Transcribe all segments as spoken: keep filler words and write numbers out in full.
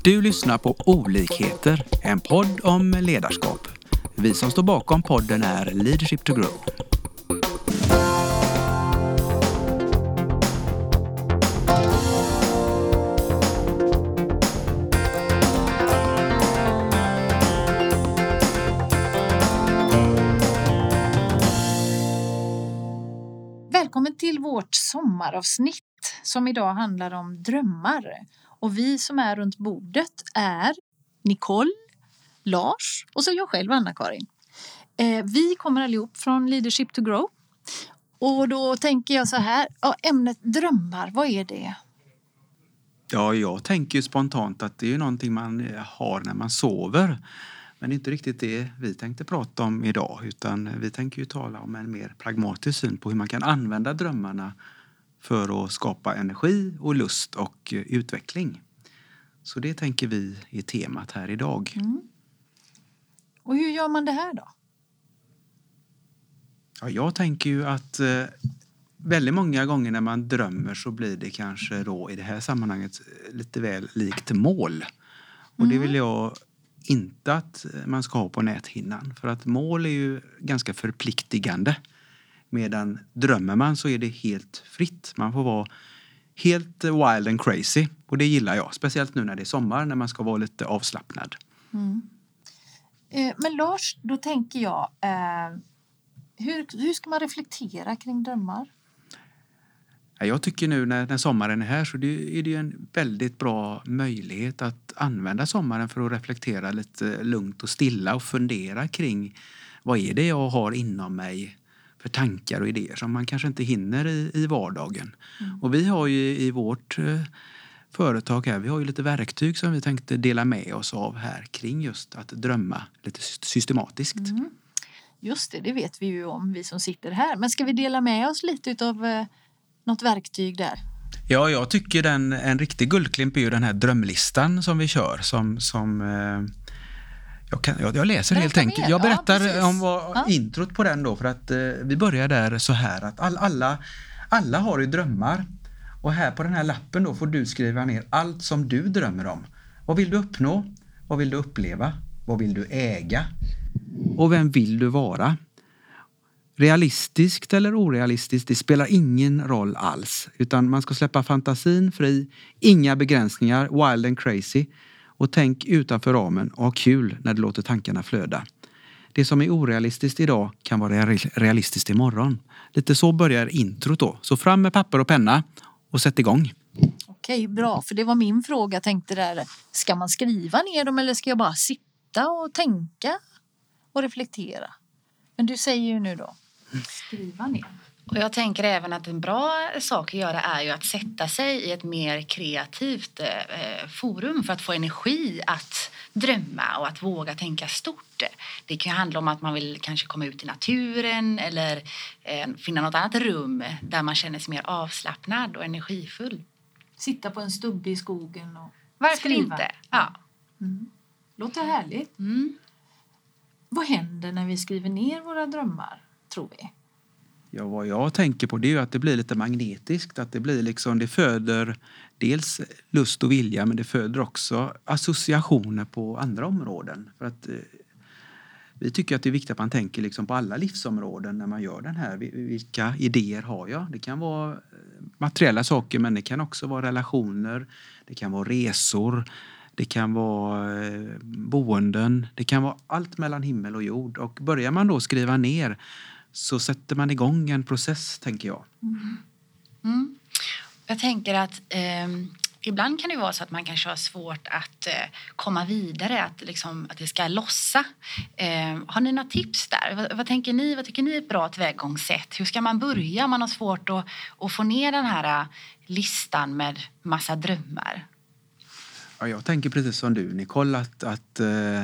Du lyssnar på Olikheter, en podd om ledarskap. Vi som står bakom podden är Leadership to Grow. Välkommen till vårt sommaravsnitt som idag handlar om drömmar. Och vi som är runt bordet är Nicole, Lars och så jag själv, Anna-Karin. Eh, vi kommer allihop från Leadership to Grow. Och då tänker jag så här, ja, ämnet drömmar, vad är det? Ja, jag tänker ju spontant att det är någonting man har när man sover. Men det är inte riktigt det vi tänkte prata om idag, utan vi tänker ju tala om en mer pragmatisk syn på hur man kan använda drömmarna för att skapa energi och lust och utveckling. Så det tänker vi är temat här idag. Mm. Och hur gör man det här då? Ja, jag tänker ju att eh, väldigt många gånger när man drömmer så blir det kanske då i det här sammanhanget lite väl likt mål. Och det vill jag inte att man ska ha på näthinnan. För att mål är ju ganska förpliktigande. Medan drömmer man så är det helt fritt. Man får vara helt wild and crazy. Och det gillar jag. Speciellt nu när det är sommar, när man ska vara lite avslappnad. Mm. Eh, men Lars, då tänker jag, eh, hur, hur ska man reflektera kring drömmar? Jag tycker nu när, när sommaren är här så det, är det en väldigt bra möjlighet att använda sommaren för att reflektera lite lugnt och stilla och fundera kring vad är det jag har inom mig för tankar och idéer som man kanske inte hinner i, i vardagen. Mm. Och vi har ju i vårt eh, företag här, vi har ju lite verktyg som vi tänkte dela med oss av här kring just att drömma lite systematiskt. Mm. Just det, det vet vi ju om, vi som sitter här. Men ska vi dela med oss lite av eh, något verktyg där? Ja, jag tycker den, en riktig guldklimp är ju den här drömlistan som vi kör. Som, som, eh, jag, kan, jag, jag läser Berätta helt enkelt. mer. Jag berättar Ja, om vad, ja. introt på den då. För att eh, vi börjar där så här att all, alla, alla har ju drömmar. Och här på den här lappen då får du skriva ner allt som du drömmer om. Vad vill du uppnå? Vad vill du uppleva? Vad vill du äga? Och vem vill du vara? Realistiskt eller orealistiskt, det spelar ingen roll alls. Utan man ska släppa fantasin fri, inga begränsningar, wild and crazy. Och tänk utanför ramen och ha kul när du låter tankarna flöda. Det som är orealistiskt idag kan vara realistiskt imorgon. Lite så börjar introt då. Så fram med papper och penna och sätt igång. Okej, bra. För det var min fråga. Jag tänkte där, ska man skriva ner dem eller ska jag bara sitta och tänka och reflektera? Men du säger ju nu då, skriva ner. Och jag tänker även att en bra sak att göra är ju att sätta sig i ett mer kreativt eh, forum för att få energi att drömma och att våga tänka stort. Det kan ju handla om att man vill kanske komma ut i naturen eller eh, finna något annat rum där man känner sig mer avslappnad och energifull. Sitta på en stubbe i skogen och Varför skriva. inte? Ja. Mm. Låter härligt. Mm. Vad händer när vi skriver ner våra drömmar, tror vi? Ja, vad jag tänker på det är ju att det blir lite magnetiskt. Att det blir liksom, det föder dels lust och vilja, men det föder också associationer på andra områden. För att eh, vi tycker att det är viktigt att man tänker liksom på alla livsområden när man gör den här. Vilka idéer har jag? Det kan vara materiella saker, men det kan också vara relationer. Det kan vara resor. Det kan vara eh, boenden. Det kan vara allt mellan himmel och jord. Och börjar man då skriva ner så sätter man igång en process, tänker jag. Mm. Mm. Jag tänker att eh, ibland kan det vara så att man kanske har svårt att eh, komma vidare, att, liksom, att det ska lossa. Eh, har ni några tips där? Vad, vad tänker ni? Vad tycker ni är ett bra tillvägagångssätt? Hur ska man börja? Man har svårt att, att få ner den här listan med massa drömmar. Ja, jag tänker precis som du, Nicole, att, att eh,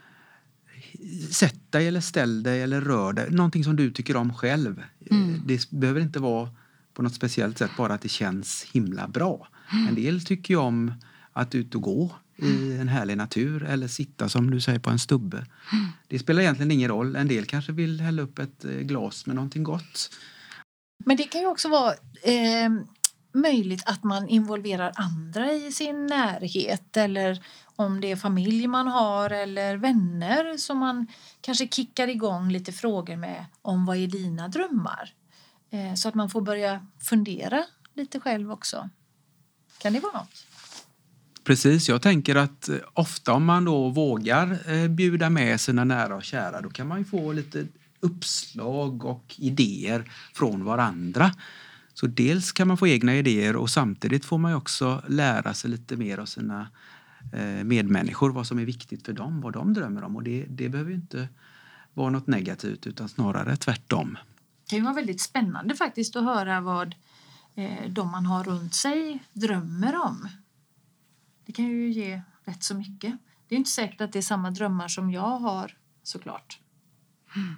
sätt dig eller ställ dig eller rör dig. Någonting som du tycker om själv. Mm. Det behöver inte vara på något speciellt sätt, bara att det känns himla bra. Mm. En del tycker ju om att ut och gå i en härlig natur eller sitta, som du säger, på en stubbe. Mm. Det spelar egentligen ingen roll. En del kanske vill hälla upp ett glas med någonting gott. Men det kan ju också vara... Eh... möjligt att man involverar andra i sin närhet, eller om det är familj man har eller vänner som man kanske kickar igång lite frågor med om vad är dina drömmar. Eh, så att man får börja fundera lite själv också. Kan det vara något? Precis, jag tänker att ofta om man då vågar eh, bjuda med sina nära och kära, då kan man ju få lite uppslag och idéer från varandra. Så dels kan man få egna idéer och samtidigt får man ju också lära sig lite mer av sina eh, medmänniskor, vad som är viktigt för dem, vad de drömmer om. Och det, det behöver ju inte vara något negativt utan snarare tvärtom. Det kan ju vara väldigt spännande faktiskt att höra vad eh, de man har runt sig drömmer om. Det kan ju ge rätt så mycket. Det är inte säkert att det är samma drömmar som jag har, såklart. Mm.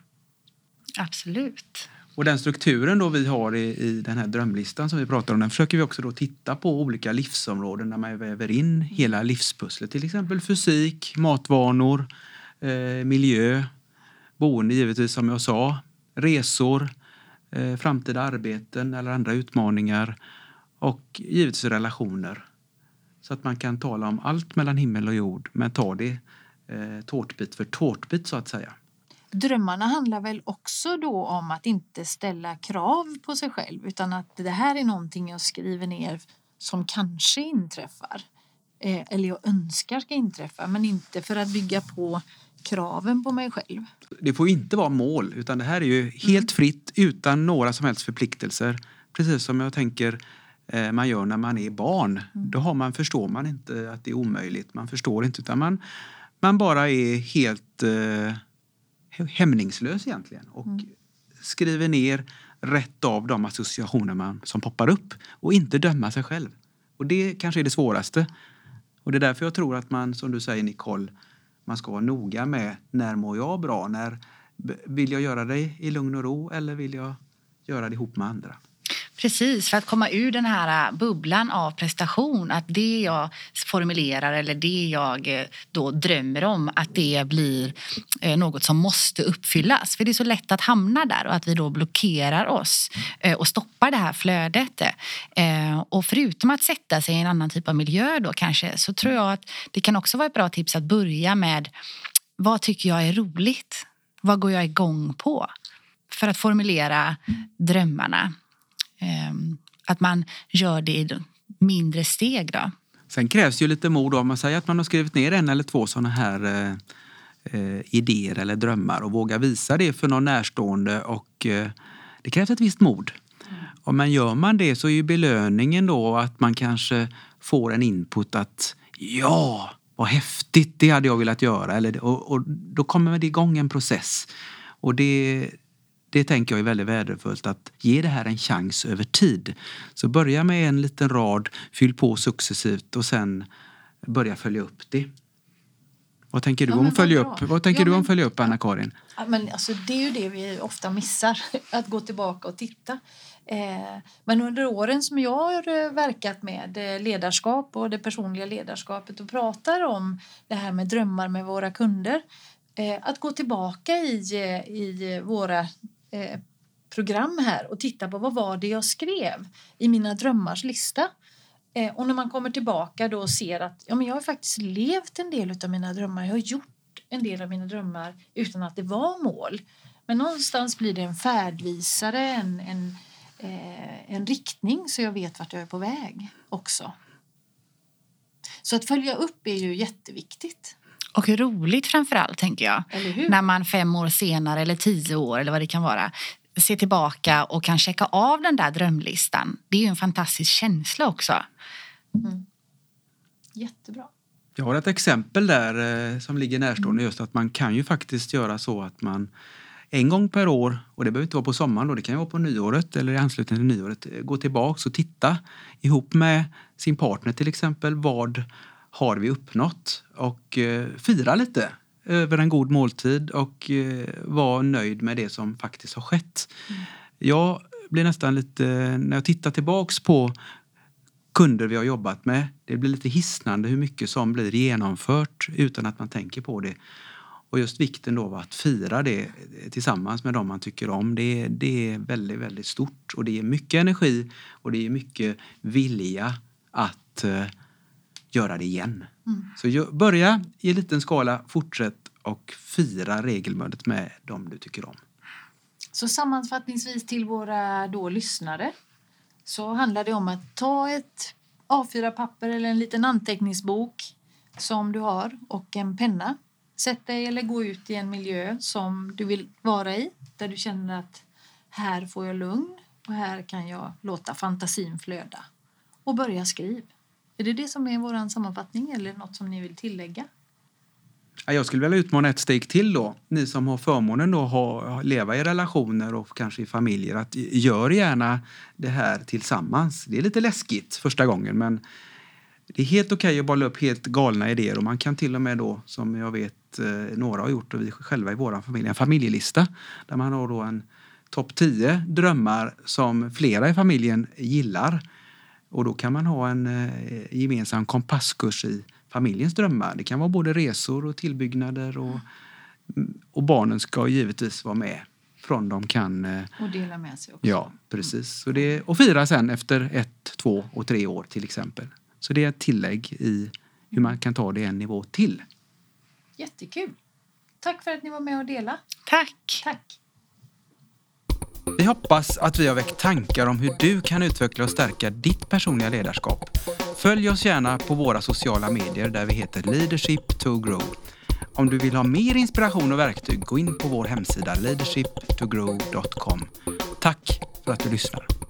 Absolut. Och den strukturen då vi har i, i den här drömlistan som vi pratar om, den försöker vi också då titta på olika livsområden när man väver in hela livspusslet. Till exempel fysik, matvanor, eh, miljö, boende givetvis som jag sa, resor, eh, framtida arbeten eller andra utmaningar och givetvis relationer. Så att man kan tala om allt mellan himmel och jord, men ta det eh, tårtbit för tårtbit så att säga. Drömmarna handlar väl också då om att inte ställa krav på sig själv, utan att det här är någonting jag skriver ner som kanske inträffar. Eh, eller jag önskar ska inträffa, men inte för att bygga på kraven på mig själv. Det får inte vara mål, utan det här är ju helt fritt utan några som helst förpliktelser. Precis som jag tänker eh, man gör när man är barn. Mm. Då har man, förstår man inte att det är omöjligt. Man förstår inte, utan man, man bara är helt eh, hämningslös egentligen. Och mm. skriver ner rätt av de associationer man, som poppar upp. Och inte döma sig själv. Och det kanske är det svåraste. Och det är därför jag tror att man, som du säger Nicole, man ska vara noga med när mår jag bra, när vill jag göra det i lugn och ro eller vill jag göra det ihop med andra. Precis, för att komma ur den här bubblan av prestation, att det jag formulerar eller det jag då drömmer om, att det blir något som måste uppfyllas. För det är så lätt att hamna där och att vi då blockerar oss och stoppar det här flödet. Och förutom att sätta sig i en annan typ av miljö då kanske, så tror jag att det kan också vara ett bra tips att börja med vad tycker jag är roligt? Vad går jag igång på? För att formulera drömmarna. Att man gör det i mindre steg då. Sen krävs ju lite mod om man säger att man har skrivit ner en eller två sådana här eh, idéer eller drömmar och våga visa det för någon närstående, och eh, det krävs ett visst mod. Mm. Och men gör man det så är ju belöningen då att man kanske får en input att ja, vad häftigt, det hade jag velat göra. Eller, och, och då kommer det igång en process. Och det Det tänker jag är väldigt värdefullt, att ge det här en chans över tid. Så börja med en liten rad, fyll på successivt och sen börja följa upp det. Vad tänker du ja, om att följa bra. upp? Vad tänker ja, du men, om att följa upp, Anna-Karin? Ja, men alltså, det är ju det vi ofta missar, att gå tillbaka och titta. Eh, men under åren som jag har verkat med ledarskap och det personliga ledarskapet och pratar om det här med drömmar med våra kunder, eh, att gå tillbaka i, i våra Eh, program här och titta på vad var det jag skrev i mina drömmars lista. Eh, och när man kommer tillbaka då och ser att ja, men jag har faktiskt levt en del av mina drömmar. Jag har gjort en del av mina drömmar utan att det var mål. Men någonstans blir det en färdvisare, en, en, eh, en riktning så jag vet vart jag är på väg också. Så att följa upp är ju jätteviktigt. Och roligt framförallt, tänker jag. När man fem år senare eller tio år eller vad det kan vara ser tillbaka och kan checka av den där drömlistan. Det är ju en fantastisk känsla också. Mm. Jättebra. Jag har ett exempel där eh, som ligger närstående, just att man kan ju faktiskt göra så att man en gång per år, och det behöver inte vara på sommaren då, det kan ju vara på nyåret eller i anslutning till nyåret, gå tillbaka och titta ihop med sin partner till exempel, vad har vi uppnått, och eh, fira lite över en god måltid och eh, vara nöjd med det som faktiskt har skett. Mm. Jag blir nästan lite, när jag tittar tillbaks på kunder vi har jobbat med, det blir lite hisnande hur mycket som blir genomfört utan att man tänker på det. Och just vikten då av att fira det tillsammans med dem man tycker om, det, det är väldigt, väldigt stort. Och det är mycket energi och det är mycket vilja att uh, göra det igen. Mm. Så börja i liten skala, fortsätt och fira regelbundet med dem du tycker om. Så sammanfattningsvis till våra då lyssnare så handlar det om att ta ett A fyra papper eller en liten anteckningsbok som du har och en penna. Sätt dig eller gå ut i en miljö som du vill vara i. Där du känner att här får jag lugn och här kan jag låta fantasin flöda. Och börja skriva. Är det det som är vår sammanfattning eller något som ni vill tillägga? Jag skulle vilja utmana ett steg till då. Ni som har förmånen då att leva i relationer och kanske i familjer. Att gör gärna det här tillsammans. Det är lite läskigt första gången men det är helt okej att bolla upp helt galna idéer. Och man kan till och med då, som jag vet några har gjort och vi själva i vår familj, en familjelista. Där man har då en topp tio drömmar som flera i familjen gillar. Och då kan man ha en gemensam kompasskurs i familjens drömmar. Det kan vara både resor och tillbyggnader och, och barnen ska givetvis vara med från de kan... Och dela med sig också. Ja, precis. Så det, och fira sen efter ett, två och tre år till exempel. Så det är ett tillägg i hur man kan ta det en nivå till. Jättekul. Tack för att ni var med och delade. Tack. Tack. Vi hoppas att vi har väckt tankar om hur du kan utveckla och stärka ditt personliga ledarskap. Följ oss gärna på våra sociala medier där vi heter Leadership to Grow. Om du vill ha mer inspiration och verktyg, gå in på vår hemsida leadership to grow dot com. Tack för att du lyssnar.